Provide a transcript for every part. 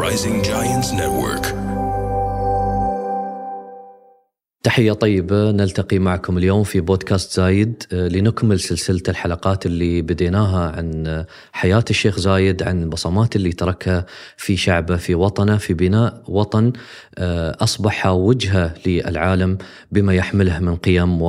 Rising Giants Network. تحية طيبة، نلتقي معكم اليوم في بودكاست زايد لنكمل سلسلة الحلقات اللي بديناها عن حياة الشيخ زايد، عن البصمات اللي تركها في شعبه، في وطنه، في بناء وطن أصبح وجهة للعالم بما يحمله من قيم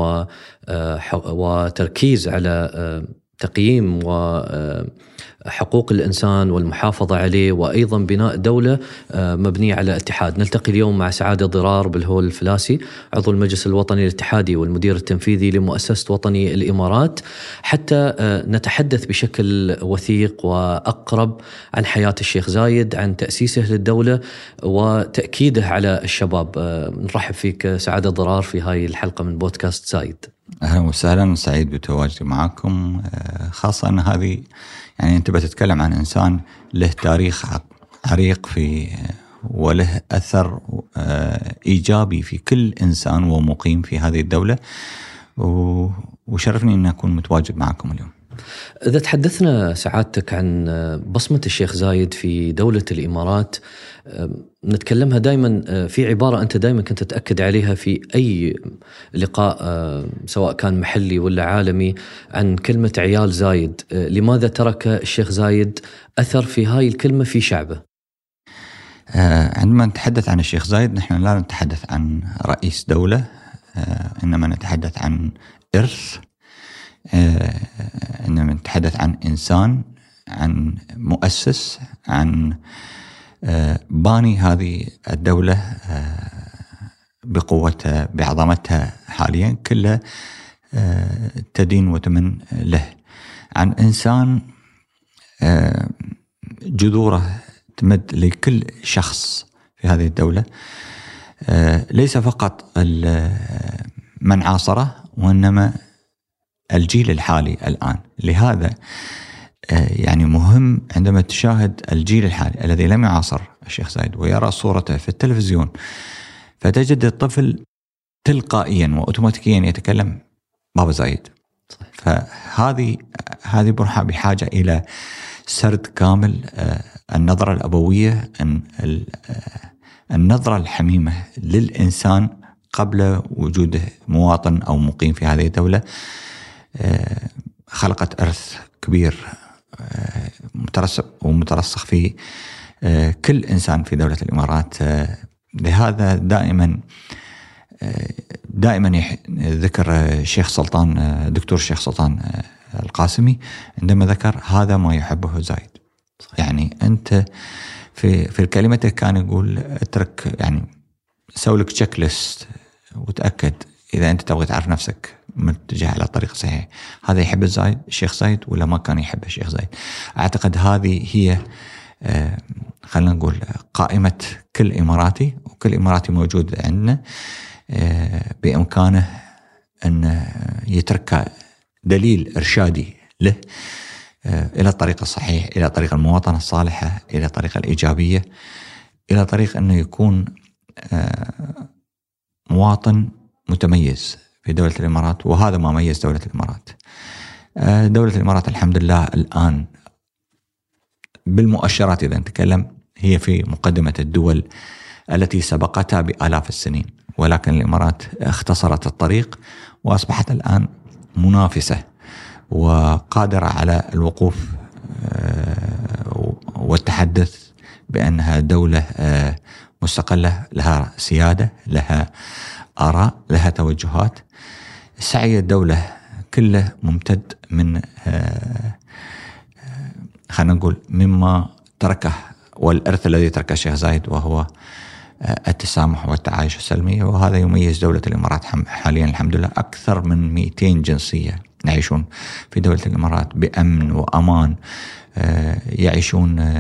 وتركيز على تقييم وحقوق الإنسان والمحافظة عليه، وأيضا بناء دولة مبنية على اتحاد. نلتقي اليوم مع سعادة ضرار بالهول الفلاسي، عضو المجلس الوطني الاتحادي والمدير التنفيذي لمؤسسة وطني الإمارات، حتى نتحدث بشكل وثيق وأقرب عن حياة الشيخ زايد، عن تأسيسه للدولة وتأكيده على الشباب. نرحب فيك سعادة ضرار في هاي الحلقة من بودكاست زايد. أهلا وسهلا، سعيد بتواجدي معكم، خاصة أن هذه يعني أنت بتتكلم عن إنسان له تاريخ عريق في وله أثر إيجابي في كل إنسان ومقيم في هذه الدولة، وشرفني أن أكون متواجد معكم اليوم. إذا تحدثنا سعادتك عن بصمة الشيخ زايد في دولة الإمارات، نتكلمها دائما في عبارة أنت دائما كنت تأكد عليها في أي لقاء سواء كان محلي ولا عالمي، عن كلمة عيال زايد. لماذا ترك الشيخ زايد أثر في هاي الكلمة في شعبه؟ عندما نتحدث عن الشيخ زايد نحن لا نتحدث عن رئيس دولة، إنما نتحدث عن إرث، إنما نتحدث عن إنسان، عن مؤسس، عن باني هذه الدولة بقوتها بعظمتها حاليا كلها تدين وتمن له، عن إنسان جذوره تمد لكل شخص في هذه الدولة، ليس فقط من عاصره وإنما الجيل الحالي الآن. لهذا يعني مهم عندما تشاهد الجيل الحالي الذي لم يعاصر الشيخ زايد ويرى صورته في التلفزيون، فتجد الطفل تلقائيا وأوتوماتيكيا يتكلم بابا زايد. فهذه بروحها بحاجة إلى سرد كامل، النظرة الأبوية، النظرة الحميمة للإنسان قبل وجوده مواطن أو مقيم في هذه الدولة، خلقت إرث كبير مترسخ في كل إنسان في دولة الإمارات. لهذا دائما ذكر الشيخ سلطان، دكتور الشيخ سلطان القاسمي، عندما ذكر هذا ما يحبه زايد. يعني أنت في الكلمة كان يقول اترك، يعني سوي لك تشيك ليست وتأكد إذا أنت تبغى تعرف نفسك متجه على الطريق الصحيح. هذا يحب الشيخ زايد ولا ما كان يحب الشيخ زايد؟ أعتقد هذه هي خلينا نقول قائمة كل إماراتي، وكل إماراتي موجود عندنا بإمكانه أن يترك دليل إرشادي له إلى الطريق الصحيح، إلى طريق المواطنة الصالحة، إلى طريق الإيجابية، إلى طريق أنه يكون مواطن متميز في دولة الإمارات. وهذا ما ميز دولة الإمارات. دولة الإمارات الحمد لله الآن بالمؤشرات إذا نتكلم هي في مقدمة الدول التي سبقتها بآلاف السنين، ولكن الإمارات اختصرت الطريق وأصبحت الآن منافسة وقادرة على الوقوف والتحدث بأنها دولة مستقلة، لها سيادة، لها آراء، لها توجهات. سعي الدولة كله ممتد من خلينا نقول مما تركه والإرث الذي تركه الشيخ زايد، وهو التسامح والتعايش السلمي. وهذا يميز دولة الإمارات حاليا الحمد لله. أكثر من 200 جنسية يعيشون في دولة الإمارات بأمن وأمان، يعيشون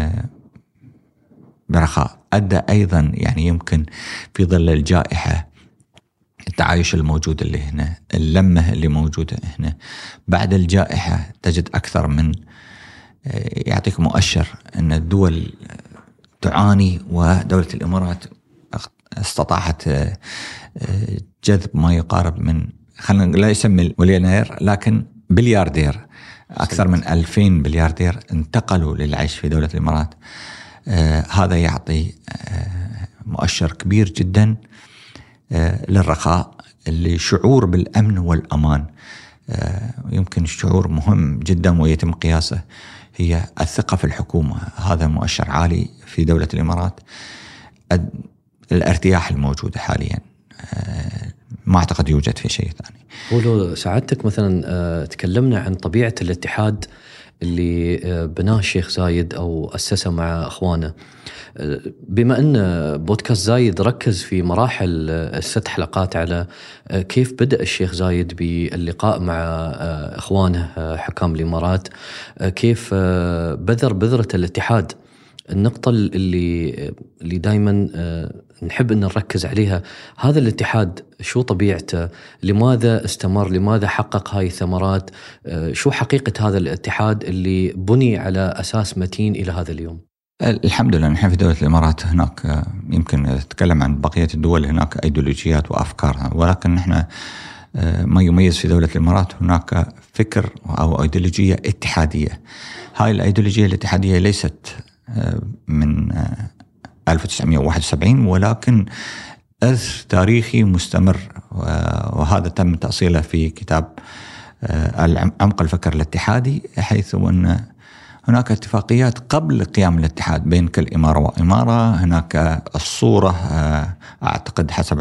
برخاء. أدى أيضا يعني يمكن في ظل الجائحة التعايش الموجود اللي هنا، اللمة اللي موجودة هنا بعد الجائحة، تجد أكثر من يعطيك مؤشر أن الدول تعاني، ودولة الإمارات استطاعت جذب ما يقارب من، خلينا لا يسمي مليونير لكن بلياردير، أكثر من 2000 بلياردير انتقلوا للعيش في دولة الإمارات. هذا يعطي مؤشر كبير جدا للرخاء، لشعور بالأمن والأمان. يمكن الشعور مهم جدا ويتم قياسه هي الثقة في الحكومة، هذا مؤشر عالي في دولة الإمارات. الارتياح الموجود حاليا ما أعتقد يوجد في شيء ثاني. ولو سعادتك مثلا تكلمنا عن طبيعة الاتحاد اللي بناه الشيخ زايد أو أسسه مع أخوانه، بما أن بودكاست زايد ركز في مراحل الست حلقات على كيف بدأ الشيخ زايد باللقاء مع أخوانه حكام الإمارات، كيف بذرة الاتحاد، النقطة اللي دايما نحب أن نركز عليها، هذا الاتحاد شو طبيعته، لماذا استمر، لماذا حقق هاي الثمرات، شو حقيقة هذا الاتحاد اللي بني على أساس متين إلى هذا اليوم؟ الحمد لله نحن في دولة الإمارات هناك يمكن نتكلم عن بقية الدول هناك أيديولوجيات وأفكار، ولكن نحن ما يميز في دولة الإمارات هناك فكر أو أيديولوجية اتحادية. هاي الأيديولوجية الاتحادية ليست من 1971 ولكن إرث تاريخي مستمر، وهذا تم تأصيله في كتاب عمق الفكر الاتحادي، حيث أن هناك اتفاقيات قبل قيام الاتحاد بين كل إمارة وإمارة. هناك الصورة أعتقد حسب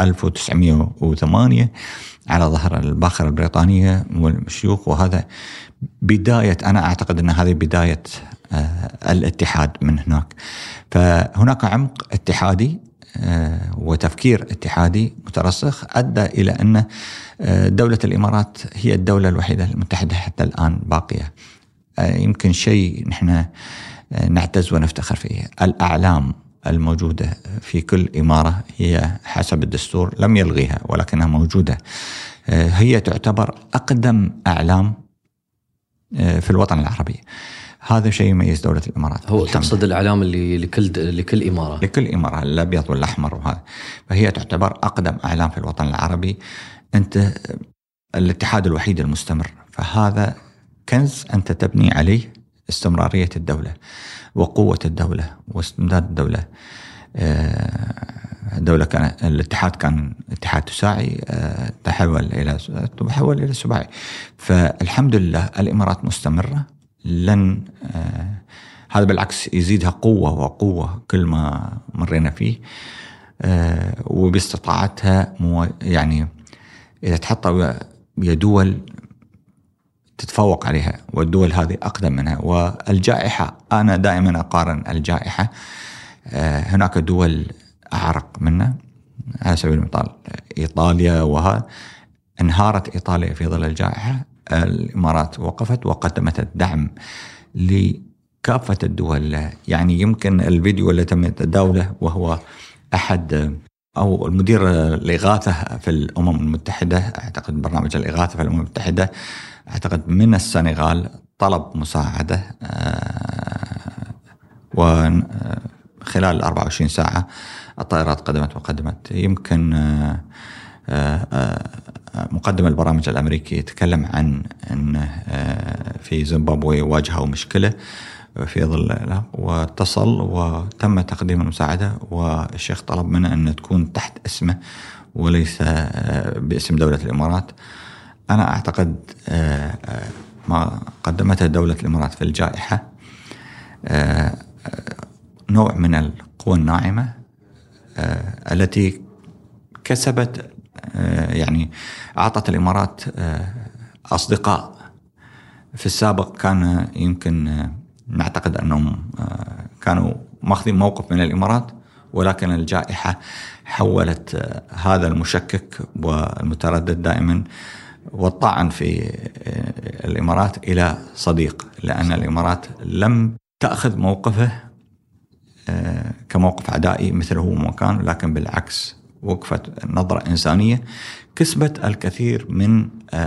1908 على ظهر الباخرة البريطانية والشيوخ، وهذا بداية، أنا أعتقد أن هذه بداية الاتحاد من هناك. فهناك عمق اتحادي وتفكير اتحادي مترسخ أدى إلى أن دولة الإمارات هي الدولة الوحيدة المتحدة حتى الآن باقية. يمكن شيء نحن نعتز ونفتخر فيه، الأعلام الموجودة في كل إمارة هي حسب الدستور لم يلغيها ولكنها موجودة، هي تعتبر أقدم أعلام في الوطن العربي. هذا شيء يميز دولة الإمارات. هو تقصد الأعلام اللي لكل إمارة؟ لكل إمارة، الأبيض والأحمر وهذا، فهي تعتبر أقدم أعلام في الوطن العربي. أنت الاتحاد الوحيد المستمر، فهذا كنز أنت تبني عليه استمرارية الدولة وقوة الدولة واستمداد الدولة. الدولة الاتحاد كان اتحاد تساعي، تحول إلى سباعي. فالحمد لله الإمارات مستمرة، لن هذا بالعكس يزيدها قوة وقوة كل ما مرينا فيه، وباستطاعتها يعني إذا تحط دول تتفوق عليها، والدول هذه أقدم منها. والجائحة أنا دائما أقارن الجائحة، هناك دول أعرق منا، على سبيل المثال إيطاليا، وها انهارت إيطاليا في ظل الجائحة، الإمارات وقفت وقدمت الدعم لكافة الدول. يعني يمكن الفيديو اللي تم تداوله وهو أحد أو المدير الإغاثة في الأمم المتحدة، أعتقد برنامج الإغاثة في الأمم المتحدة، أعتقد من السنغال، طلب مساعدة، وخلال 24 ساعة الطائرات قدمت. يمكن مقدم البرامج الأمريكي يتكلم عن أن في زيمبابوي واجهوا مشكلة في ظل، واتصل وتم تقديم المساعدة، والشيخ طلب منه أن تكون تحت اسمه وليس باسم دولة الإمارات. أنا أعتقد ما قدمته دولة الإمارات في الجائحة نوع من القوى الناعمة التي كسبت، يعني أعطت الإمارات أصدقاء في السابق كان يمكن نعتقد أنهم كانوا ماخذين موقف من الإمارات، ولكن الجائحة حولت هذا المشكك والمتردد دائما والطعن في الإمارات إلى صديق، لأن الإمارات لم تأخذ موقفه كموقف عدائي مثل هو ما كان، لكن بالعكس وقفت نظرة إنسانية، كسبت الكثير من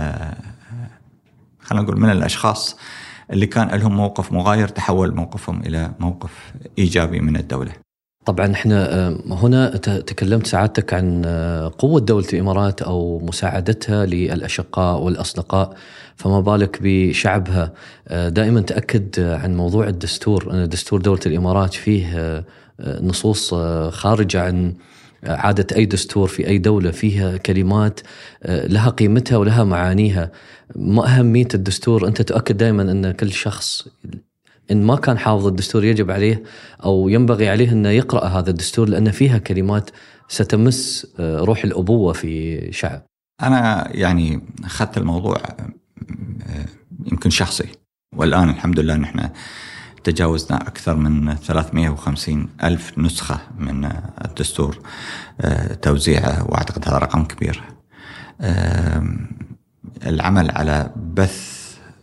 خلينا نقول من الأشخاص اللي كان لهم موقف مغاير، تحول موقفهم إلى موقف إيجابي من الدولة. طبعا احنا هنا تكلمت سعادتك عن قوة دولة الإمارات أو مساعدتها للأشقاء والأصدقاء، فما بالك بشعبها. دائما تأكد عن موضوع الدستور، أن دستور دولة الإمارات فيه نصوص خارجة عن عادة أي دستور في أي دولة، فيها كلمات لها قيمتها ولها معانيها. ما أهمية الدستور؟ أنت تؤكد دائما أن كل شخص إن ما كان حافظ الدستور يجب عليه أو ينبغي عليه أنه يقرأ هذا الدستور، لأن فيها كلمات ستمس روح الأبوة في شعب. أنا يعني أخذت الموضوع يمكن شخصي، والآن الحمد لله نحن تجاوزنا أكثر من 350 ألف نسخة من الدستور توزيعه، وأعتقد هذا رقم كبير. العمل على بث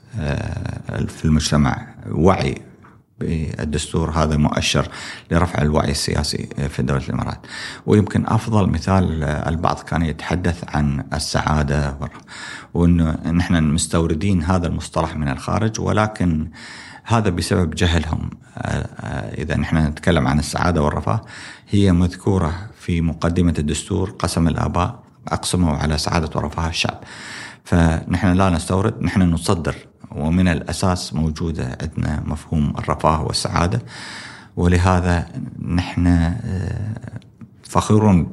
في المجتمع وعي بالدستور هذا مؤشر لرفع الوعي السياسي في دولة الإمارات. ويمكن أفضل مثال البعض كان يتحدث عن السعادة، وأنه نحن مستوردين هذا المصطلح من الخارج، ولكن هذا بسبب جهلهم. إذا نحن نتكلم عن السعادة والرفاه، هي مذكورة في مقدمة الدستور. قسم الآباء أقسموا على سعادة ورفاه الشعب، فنحن لا نستورد، نحن نصدر. ومن الأساس موجودة عندنا مفهوم الرفاه والسعادة، ولهذا نحن فخورون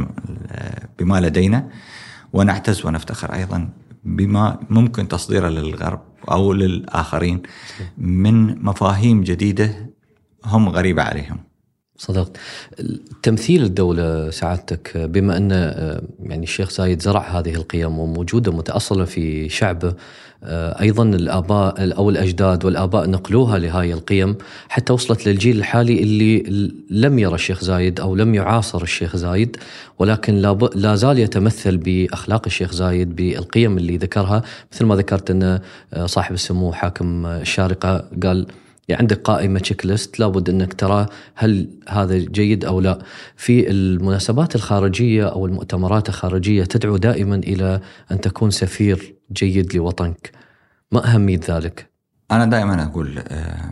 بما لدينا، ونعتز ونفتخر أيضا بما ممكن تصديره للغرب أو للآخرين من مفاهيم جديدة هم غريبة عليهم. صدقت. تمثيل الدولة سعادتك، بما أن يعني الشيخ زايد زرع هذه القيم وموجودة متأصلة في شعبه، أيضا الآباء أو الأجداد والآباء نقلوها لهذه القيم حتى وصلت للجيل الحالي اللي لم يرى الشيخ زايد أو لم يعاصر الشيخ زايد، ولكن لا زال يتمثل بأخلاق الشيخ زايد، بالقيم اللي ذكرها. مثل ما ذكرت أن صاحب السمو حاكم الشارقة قال عندك قائمة تشيك ليست لابد أنك ترى هل هذا جيد أو لا. في المناسبات الخارجية أو المؤتمرات الخارجية تدعو دائما إلى أن تكون سفير جيد لوطنك. ما أهمية ذلك؟ أنا دائما أقول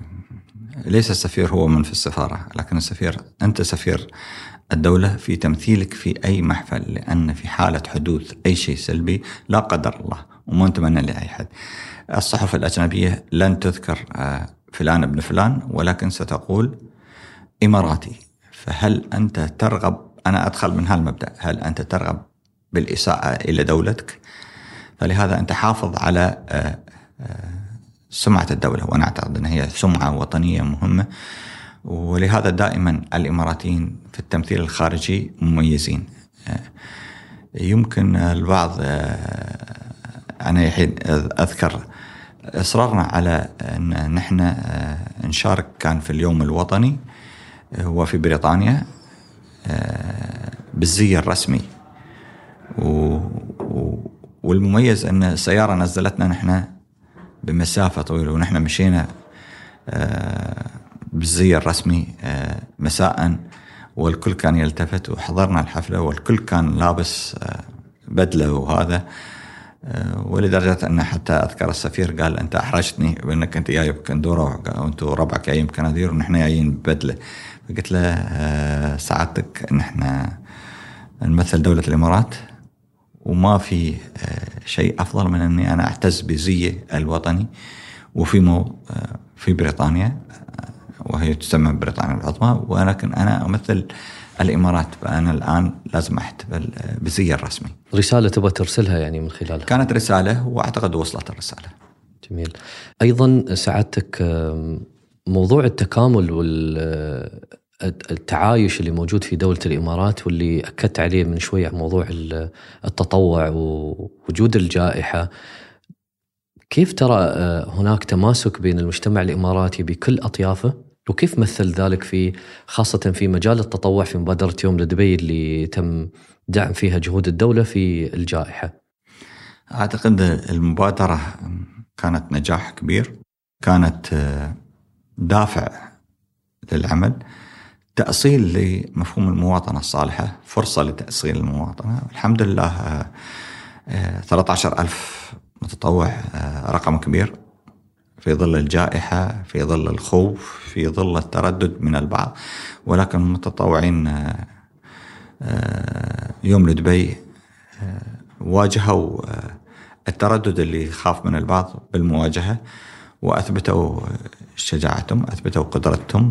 ليس السفير هو من في السفارة، لكن السفير أنت سفير الدولة في تمثيلك في أي محفل، لأن في حالة حدوث أي شيء سلبي لا قدر الله وما نتمنى لأي حد، الصحف الأجنبية لن تذكر فلان ابن فلان، ولكن ستقول إماراتي. فهل أنت ترغب، أنا أدخل من هالمبدأ، هل أنت ترغب بالإساءة إلى دولتك؟ فلهذا أنت حافظ على سمعة الدولة، وأنا أعتقد أن هي سمعة وطنية مهمة، ولهذا دائما الإماراتيين في التمثيل الخارجي مميزين. يمكن البعض، أنا أذكر إصرارنا على أن نحن نشارك كان في اليوم الوطني وفي بريطانيا بالزي الرسمي، والمميز أن السيارة نزلتنا نحن بمسافة طويلة، ونحن مشينا بالزي الرسمي مساء، والكل كان يلتفت، وحضرنا الحفلة والكل كان لابس بدلة وهذا. ولدرجة أن حتى أذكر السفير قال أنت أحرجتني بأنك أنت جاي بكندورة وأنتوا ربعك جايين بكنادير ونحن جايين ببدلة. فقلت له سعادتك نحن نمثل دولة الإمارات، وما في شيء أفضل من أني أنا أعتز بزي الوطني. في بريطانيا، وهي تسمى بريطانيا العظمى، ولكن أنا أمثل الإمارات، فأنا الآن لازم أحتفل بزي الرسمي. رسالة تبغى ترسلها يعني من خلالها؟ كانت رسالة، وأعتقد وصلت الرسالة. جميل. أيضا سعادتك موضوع التكامل والتعايش اللي موجود في دولة الإمارات، واللي أكدت عليه من شوية، موضوع التطوع ووجود الجائحة، كيف ترى هناك تماسك بين المجتمع الإماراتي بكل أطيافه، وكيف مثل ذلك في خاصة في مجال التطوع في مبادرة يوم لدبي اللي تم دعم فيها جهود الدولة في الجائحة؟ أعتقد المبادرة كانت نجاح كبير، كانت دافع للعمل، تأصيل لمفهوم المواطنة الصالحة، فرصة لتأصيل المواطنة. الحمد لله 13,000 متطوع، رقم كبير في في ظل الجائحة، في ظل الخوف، في ظل التردد من البعض. ولكن المتطوعين يوم لدبي واجهوا التردد اللي يخاف من البعض بالمواجهة، وأثبتوا شجاعتهم، أثبتوا قدرتهم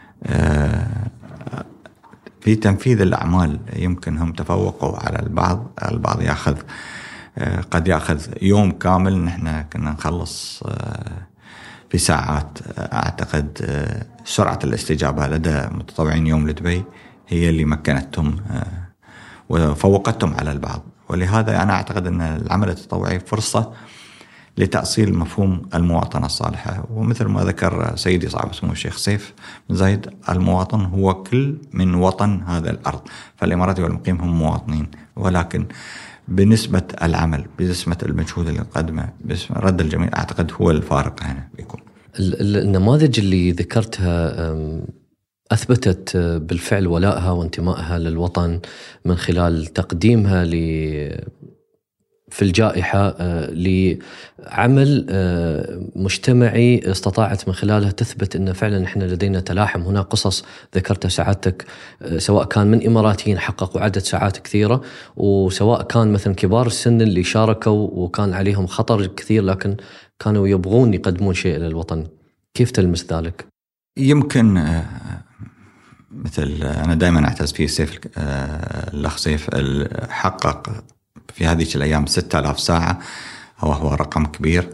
في تنفيذ الأعمال. يمكن هم تفوقوا على البعض قد يأخذ يوم كامل، نحن كنا نخلص في ساعات. أعتقد سرعة الاستجابة لدى متطوعين يوم لدبي هي اللي مكنتهم وفوقتهم على البعض. ولهذا أنا أعتقد أن العمل التطوعي فرصة لتأصيل مفهوم المواطنة الصالحة. ومثل ما ذكر سيدي صاحب سمو الشيخ سيف بن زايد، المواطن هو كل من وطن هذا الأرض، فالإماراتي والمقيم هم مواطنين، ولكن بنسبة العمل، بنسبة المجهود اللي قدمه، بنسبة رد الجميل، أعتقد هو الفارق هنا بيكون. النماذج اللي ذكرتها أثبتت بالفعل ولائها وانتمائها للوطن من خلال تقديمها في الجائحة لعمل مجتمعي استطاعت من خلالها تثبت أن فعلا إحنا لدينا تلاحم. هنا قصص ذكرتها سعادتك، سواء كان من إماراتيين حققوا عدد ساعات كثيرة، وسواء كان مثلا كبار السن اللي شاركوا وكان عليهم خطر كثير لكن كانوا يبغون يقدمون شيء للوطن. كيف تلمس ذلك؟ يمكن مثل أنا دائما أعتز فيه سيف، الأخ سيف حقق في هذه الأيام 6000 ساعة، هو رقم كبير.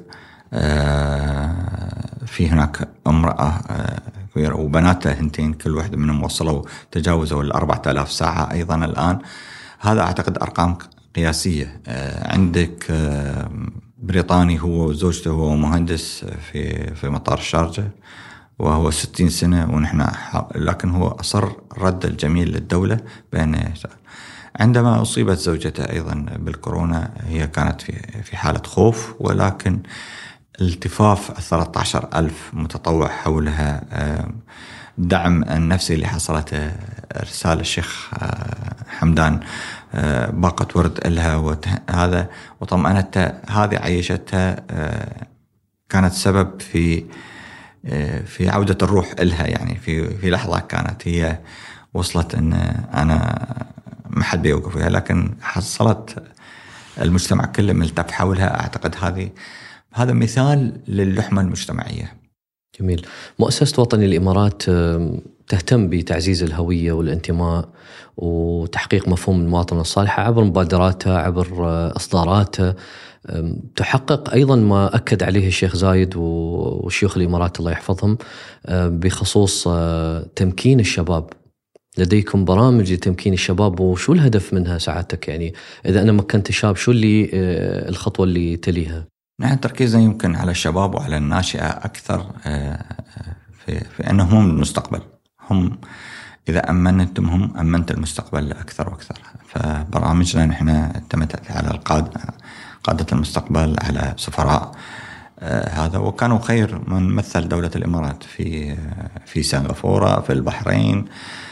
في هناك امرأة كبيرة وبناتها هنتين، كل واحدة منهم وصلوا تجاوزوا 4000 ساعة أيضا الآن. هذا أعتقد أرقام قياسية. عندك بريطاني هو وزوجته، هو مهندس في مطار الشارجة وهو 60 سنة ونحن لكن هو أصر رد الجميل للدولة بأن عندما أصيبت زوجته أيضا بالكورونا هي كانت في حالة خوف، ولكن التفاف 13,000 متطوع حولها، دعم النفسي اللي حصلته، رسالة الشيخ حمدان باقة ورد لها وهذا وطمأنتها، هذه عيشتها كانت سبب في عودة الروح إلها. يعني في لحظة كانت هي وصلت أن أنا ما حد بيوقف فيها، لكن حصلت المجتمع كله ملتف حولها. أعتقد هذا مثال للحمة المجتمعية. جميل. مؤسسة وطني الإمارات تهتم بتعزيز الهوية والانتماء وتحقيق مفهوم المواطنة الصالحة عبر مبادراتها، عبر إصداراتها. تحقق أيضا ما أكد عليه الشيخ زايد وشيوخ الإمارات الله يحفظهم بخصوص تمكين الشباب. لديكم برامج لتمكين الشباب، وشو الهدف منها سعادتك؟ يعني إذا أنا مكنت الشاب شو اللي الخطوة اللي تليها؟ نحن تركيزنا يمكن على الشباب وعلى الناشئة أكثر، في أنهم هم المستقبل. هم إذا أمنتم هم أمنت المستقبل أكثر وأكثر. فبرامجنا نحن اعتمدت على قادة المستقبل، على سفراء هذا، وكانوا خير من مثل دولة الإمارات في سنغافورة، في البحرين،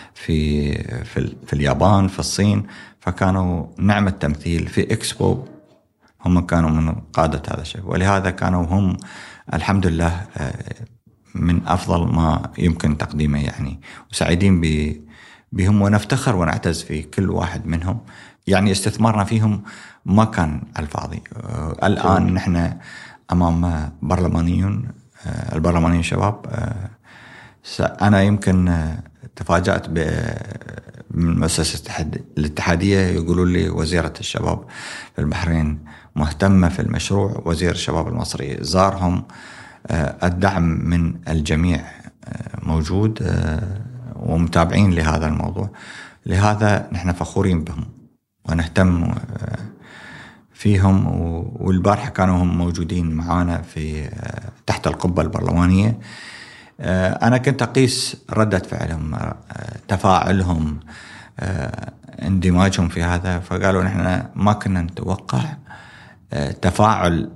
في اليابان، في الصين. فكانوا نعم التمثيل في إكسبو، هم كانوا من قادة هذا الشيء، ولهذا كانوا هم الحمد لله من أفضل ما يمكن تقديمه يعني، وسعيدين بهم ونفتخر ونعتز في كل واحد منهم. يعني استثمارنا فيهم ما كان الفاضي. الآن نحن أمام البرلمانيون شباب. أنا يمكن تفاجأت من مؤسسة الاتحادية يقولوا لي وزيرة الشباب في البحرين مهتمة في المشروع، وزير الشباب المصري زارهم. الدعم من الجميع موجود ومتابعين لهذا الموضوع. لهذا نحن فخورين بهم ونهتم فيهم. والبارحة كانوا هم موجودين معانا تحت القبة البرلمانية. أنا كنت أقيس ردة فعلهم، تفاعلهم، اندماجهم في هذا. فقالوا نحن ما كنا نتوقع تفاعل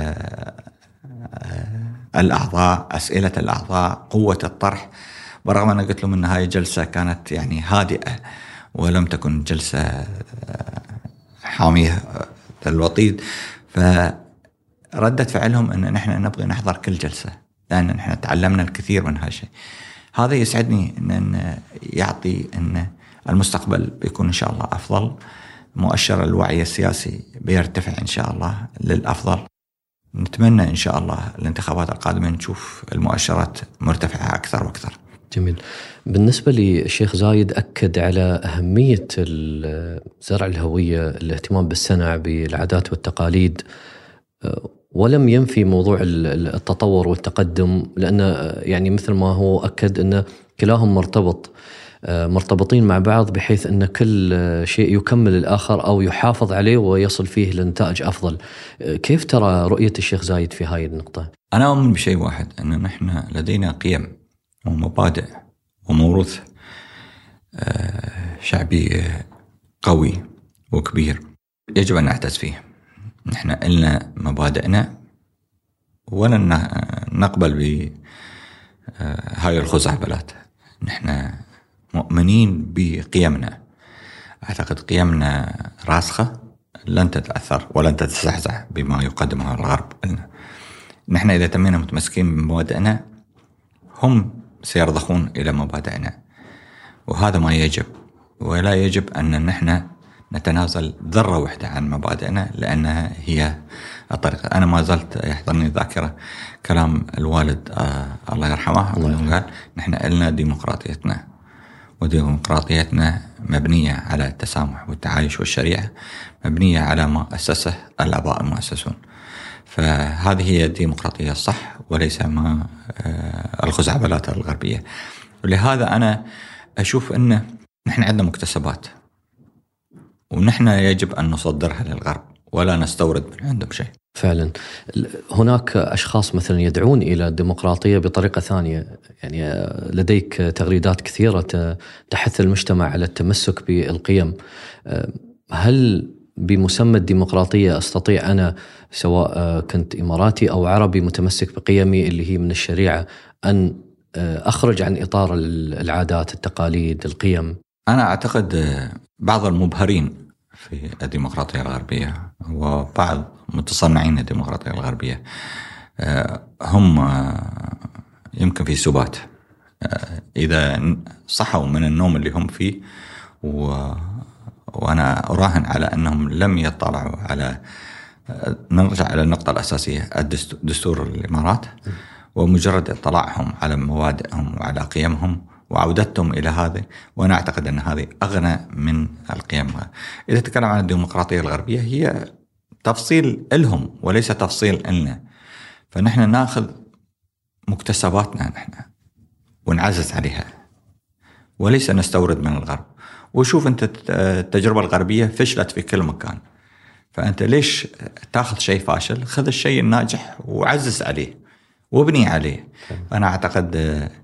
الأعضاء، أسئلة الأعضاء، قوة الطرح، برغم أن قلت لهم أن هاي جلسة كانت يعني هادئة ولم تكن جلسة حامية الوطيد. فردت فعلهم أن نحن نبغي نحضر كل جلسة، لأن نحن تعلمنا الكثير من هالشيء. هذا يسعدني أن يعطي أن المستقبل بيكون إن شاء الله أفضل. مؤشر الوعي السياسي بيرتفع إن شاء الله للأفضل. نتمنى إن شاء الله الانتخابات القادمة نشوف المؤشرات مرتفعة أكثر وأكثر. جميل. بالنسبة للشيخ زايد أكد على أهمية زرع الهوية، الاهتمام بالسنع، بالعادات والتقاليد، ولم ينفي موضوع التطور والتقدم، لأن يعني مثل ما هو أكد أن كلاهم مرتبطين مع بعض، بحيث أن كل شيء يكمل الآخر أو يحافظ عليه ويصل فيه لنتائج أفضل. كيف ترى رؤية الشيخ زايد في هاي النقطة؟ أنا أؤمن بشيء واحد، أن نحن لدينا قيم ومبادئ وموروث شعبي قوي وكبير يجب أن نعتز فيه. نحن إلنا مبادئنا ولن نقبل بهاي الخزعبلات. نحن مؤمنين بقيمنا. أعتقد قيمنا راسخة لن تتأثر ولن تتزعزع بما يقدمه الغرب لنا. نحن إذا تمينا متمسكين بمبادئنا هم سيرضخون إلى مبادئنا، وهذا ما يجب. ولا يجب أن نحن نتنازل ذرة واحدة عن مبادئنا، لأنها هي الطريقة. أنا ما زلت يحضرني ذاكرة كلام الوالد الله يرحمه، أنه قال نحن إلنا ديمقراطيتنا، وديمقراطيتنا مبنية على التسامح والتعايش، والشريعة مبنية على ما أسسه الآباء المؤسسون. فهذه هي الديمقراطية الصح، وليس ما الخزعبلات الغربية. ولهذا أنا أشوف أن نحن عندنا مكتسبات، ونحن يجب أن نصدرها للغرب ولا نستورد من عندهم شيء. فعلا هناك أشخاص مثلا يدعون إلى الديمقراطية بطريقة ثانية. يعني لديك تغريدات كثيرة تحث المجتمع على التمسك بالقيم. هل بمسمى الديمقراطية أستطيع أنا، سواء كنت إماراتي أو عربي متمسك بقيمي اللي هي من الشريعة، أن أخرج عن إطار العادات، التقاليد، القيم؟ أنا أعتقد بعض المبهرين في الديمقراطية الغربية وبعض متصنعين الديمقراطية الغربية هم يمكن في سبات إذا صحوا من النوم اللي هم فيه، وأنا أراهن على أنهم لم يطلعوا على، نرجع على النقطة الأساسية، دستور الإمارات، ومجرد اطلاعهم على مبادئهم وعلى قيمهم وعودتهم إلى هذا، وأنا أعتقد أن هذه أغنى من القيم. إذا تكلم عن الديمقراطية الغربية هي تفصيل لهم وليس تفصيل لنا، فنحن نأخذ مكتسباتنا نحن ونعزز عليها وليس نستورد من الغرب. وشوف أنت التجربة الغربية فشلت في كل مكان، فأنت ليش تأخذ شيء فاشل؟ خذ الشيء الناجح وعزز عليه وابني عليه. أنا أعتقد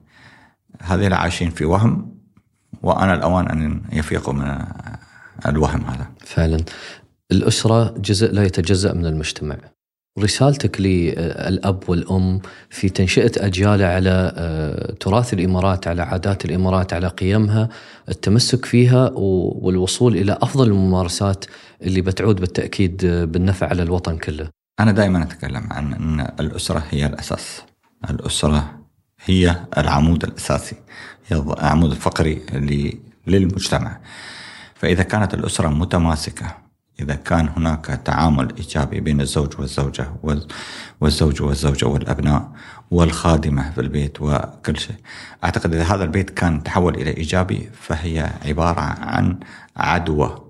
هذين عايشين في وهم، وأنا الأوان أن يفيقوا من الوهم هذا. فعلا الأسرة جزء لا يتجزأ من المجتمع. رسالتك للأب والأم في تنشئة أجيال على تراث الإمارات، على عادات الإمارات، على قيمها، التمسك فيها والوصول إلى أفضل الممارسات اللي بتعود بالتأكيد بالنفع على الوطن كله. أنا دائما أتكلم عن أن الأسرة هي الأساس. الأسرة هي العمود الأساسي، هي العمود الفقري للمجتمع. فإذا كانت الأسرة متماسكة، إذا كان هناك تعامل إيجابي بين الزوج والزوجة والزوج والزوجة والأبناء والخادمة في البيت وكل شيء، أعتقد إذا هذا البيت كان تحول إلى إيجابي فهي عبارة عن عدوى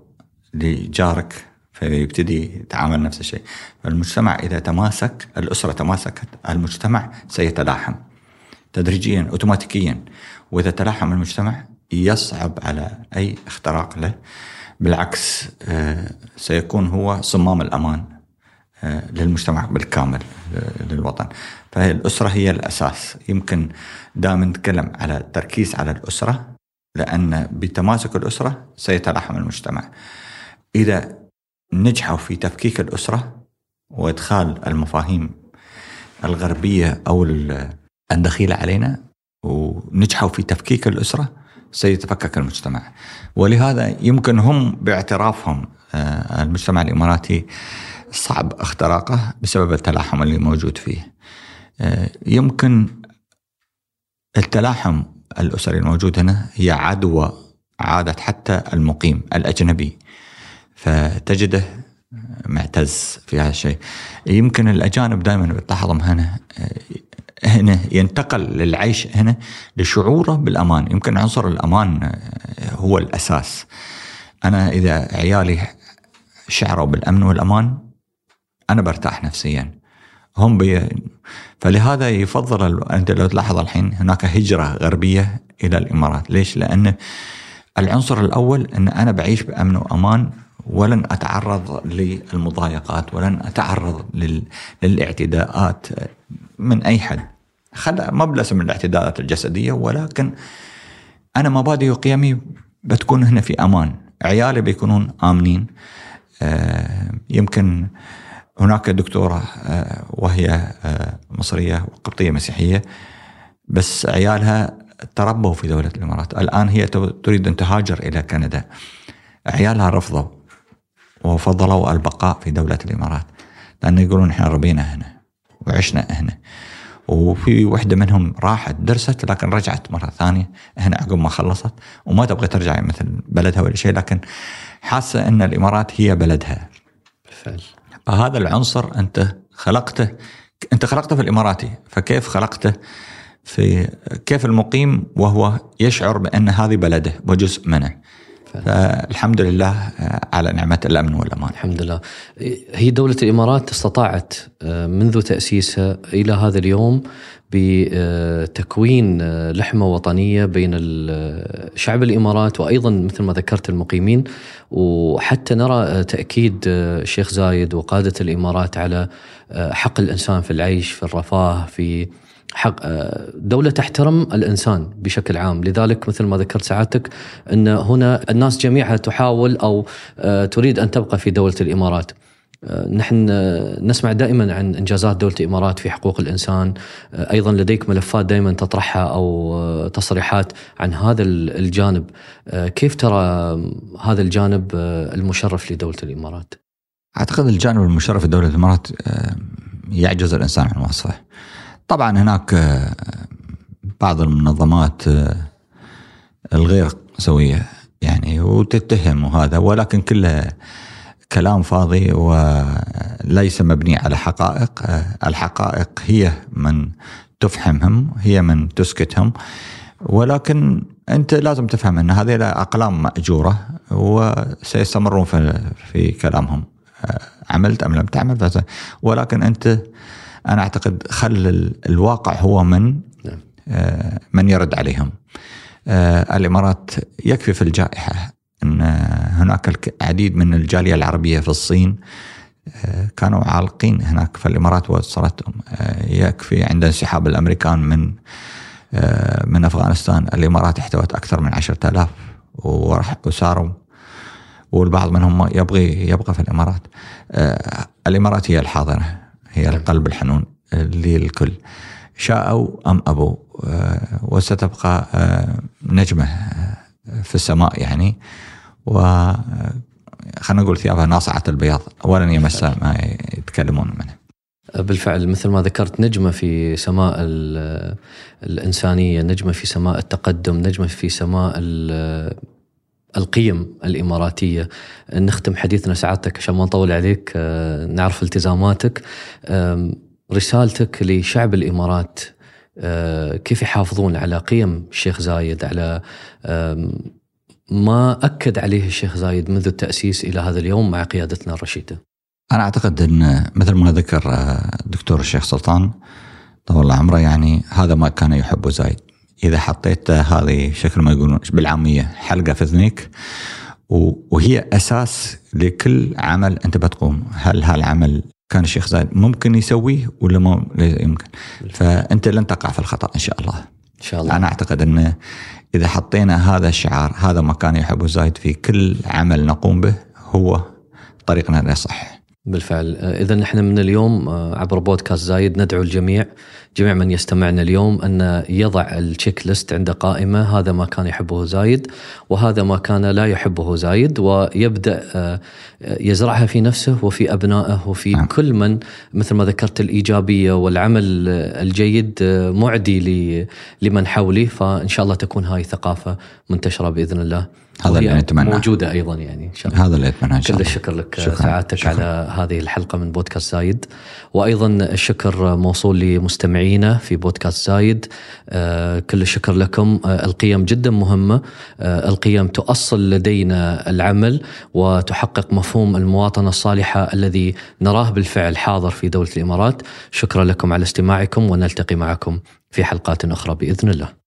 لجارك، فيبتدي يتعامل نفس الشيء. فالمجتمع إذا تماسك، الأسرة تماسكت، المجتمع سيتلاحم تدريجيا أوتوماتيكيا. وإذا تلاحم المجتمع يصعب على أي اختراق له، بالعكس سيكون هو صمام الأمان للمجتمع بالكامل، للوطن. فالأسرة هي الأساس. يمكن دائما نتكلم على التركيز على الأسرة، لأن بتماسك الأسرة سيتلاحم المجتمع. إذا نجحوا في تفكيك الأسرة وإدخال المفاهيم الغربية أو الدخيلة علينا، ونجحوا في تفكيك الأسرة، سيتفكك المجتمع. ولهذا يمكن هم باعترافهم المجتمع الإماراتي صعب اختراقه بسبب التلاحم اللي موجود فيه. يمكن التلاحم الأسري الموجود هنا هي عدوى عادت حتى المقيم الأجنبي، فتجده معتز في هذا الشيء. يمكن الأجانب دائما بتلاحظهم هنا ينتقل للعيش هنا لشعوره بالأمان. يمكن عنصر الأمان هو الأساس. أنا إذا عيالي شعروا بالأمن والأمان أنا برتاح نفسيا. فلهذا يفضل، أنت لو تلاحظ الحين هناك هجرة غربية إلى الإمارات. ليش؟ لأن العنصر الأول أن أنا بعيش بأمن وأمان، ولن أتعرض للمضايقات، ولن أتعرض للاعتداءات من أي حد. ما بلس من الاعتداءات الجسدية، ولكن أنا مبادئي وقيمي بتكون هنا في أمان. عيالي بيكونون آمنين. يمكن هناك دكتورة وهي مصرية وقبطية مسيحية، بس عيالها تربوا في دولة الإمارات. الآن هي تريد أن تهاجر إلى كندا. عيالها رفضوا وفضلوا البقاء في دولة الإمارات، لأن يقولون إحنا ربينا هنا وعشنا هنا. وفي وحدة منهم راحت درست لكن رجعت مرة ثانية هنا عقب ما خلصت، وما تبغى ترجع مثل بلدها ولا شيء، لكن حاسة أن الإمارات هي بلدها بالفعل. فهذا العنصر أنت خلقته في الإماراتي، فكيف خلقته في كيف المقيم وهو يشعر بأن هذه بلده وجزء منه. فالحمد لله على نعمة الأمن والأمان. الحمد لله. هي دولة الإمارات استطاعت منذ تأسيسها إلى هذا اليوم بتكوين لحمة وطنية بين شعب الإمارات وأيضا مثل ما ذكرت المقيمين، وحتى نرى تأكيد الشيخ زايد وقادة الإمارات على حق الإنسان في العيش، في الرفاه، في حق دولة تحترم الإنسان بشكل عام. لذلك مثل ما ذكرت سعادتك أن هنا الناس جميعها تحاول أو تريد أن تبقى في دولة الإمارات. نحن نسمع دائما عن إنجازات دولة الإمارات في حقوق الإنسان، أيضا لديك ملفات دائما تطرحها أو تصريحات عن هذا الجانب. كيف ترى هذا الجانب المشرف لدولة الإمارات؟ أعتقد الجانب المشرف لدولة الإمارات يعجز الإنسان عن وصفه. طبعا هناك بعض المنظمات الغير سوية يعني وتتهم وهذا، ولكن كله كلام فاضي وليس مبني على حقائق. الحقائق هي من تفهمهم، هي من تسكتهم، ولكن أنت لازم تفهم أن هذه أقلام مأجورة وسيستمرون في كلامهم، عملت أم لم تعمل. ولكن أنا أعتقد خل الواقع هو من يرد عليهم. الإمارات يكفي في الجائحة أن هناك العديد من الجالية العربية في الصين كانوا عالقين هناك، فالإمارات وصلتهم. يكفي عند انسحاب الأمريكان من أفغانستان، الإمارات احتوت أكثر من 10,000 وساروا، والبعض منهم يبقى في الإمارات. الإمارات هي الحاضنة، هي القلب الحنون للكل، شاءوا أم أبوا، وستبقى نجمة في السماء يعني. وخلنا نقول ثيابها ناصعة البياض ولن يمسها ما يتكلمون منه. بالفعل مثل ما ذكرت، نجمة في سماء الإنسانية، نجمة في سماء التقدم، نجمة في سماء القيم الإماراتية. نختم حديثنا سعادتك عشان ما نطول عليك، نعرف التزاماتك، رسالتك لشعب الإمارات، كيف يحافظون على قيم الشيخ زايد، على ما أكد عليه الشيخ زايد منذ التأسيس إلى هذا اليوم مع قيادتنا الرشيدة. أنا أعتقد أن مثل ما ذكر الدكتور الشيخ سلطان طول الله عمره، يعني هذا ما كان يحب زايد. إذا حطيت هذه شكل ما يقولون بالعامية حلقة في ذنيك، وهي أساس لكل عمل أنت بتقوم. هل هالعمل كان الشيخ زايد ممكن يسويه ولا ما يمكن؟ فأنت لن تقع في الخطأ إن شاء الله. إن شاء الله. أنا أعتقد أن إذا حطينا هذا الشعار، هذا ما كان يحب زايد في كل عمل نقوم به، هو طريقنا للصح. بالفعل. إذا نحن من اليوم عبر بودكاست زايد ندعو الجميع، جميع من يستمعنا اليوم، أن يضع التشيك ليست عند قائمة، هذا ما كان يحبه زايد وهذا ما كان لا يحبه زايد، ويبدأ يزرعها في نفسه وفي أبنائه وفي كل من، مثل ما ذكرت، الإيجابية والعمل الجيد معدي لمن حولي. فإن شاء الله تكون هاي ثقافة منتشرة بإذن الله، هذا اللي نتمنى، موجودة أيضا يعني إن شاء الله. هذا اللي أتمنى إن شاء الله. كل الشكر لك سعادتك على هذه الحلقة من بودكاست زايد، وأيضا الشكر موصول لمستمعينا في بودكاست زايد. كل الشكر لكم. القيم جدا مهمة، القيم تؤصل لدينا العمل وتحقق مفهوم المواطنة الصالحة الذي نراه بالفعل حاضر في دولة الإمارات. شكرا لكم على استماعكم، ونلتقي معكم في حلقات أخرى بإذن الله.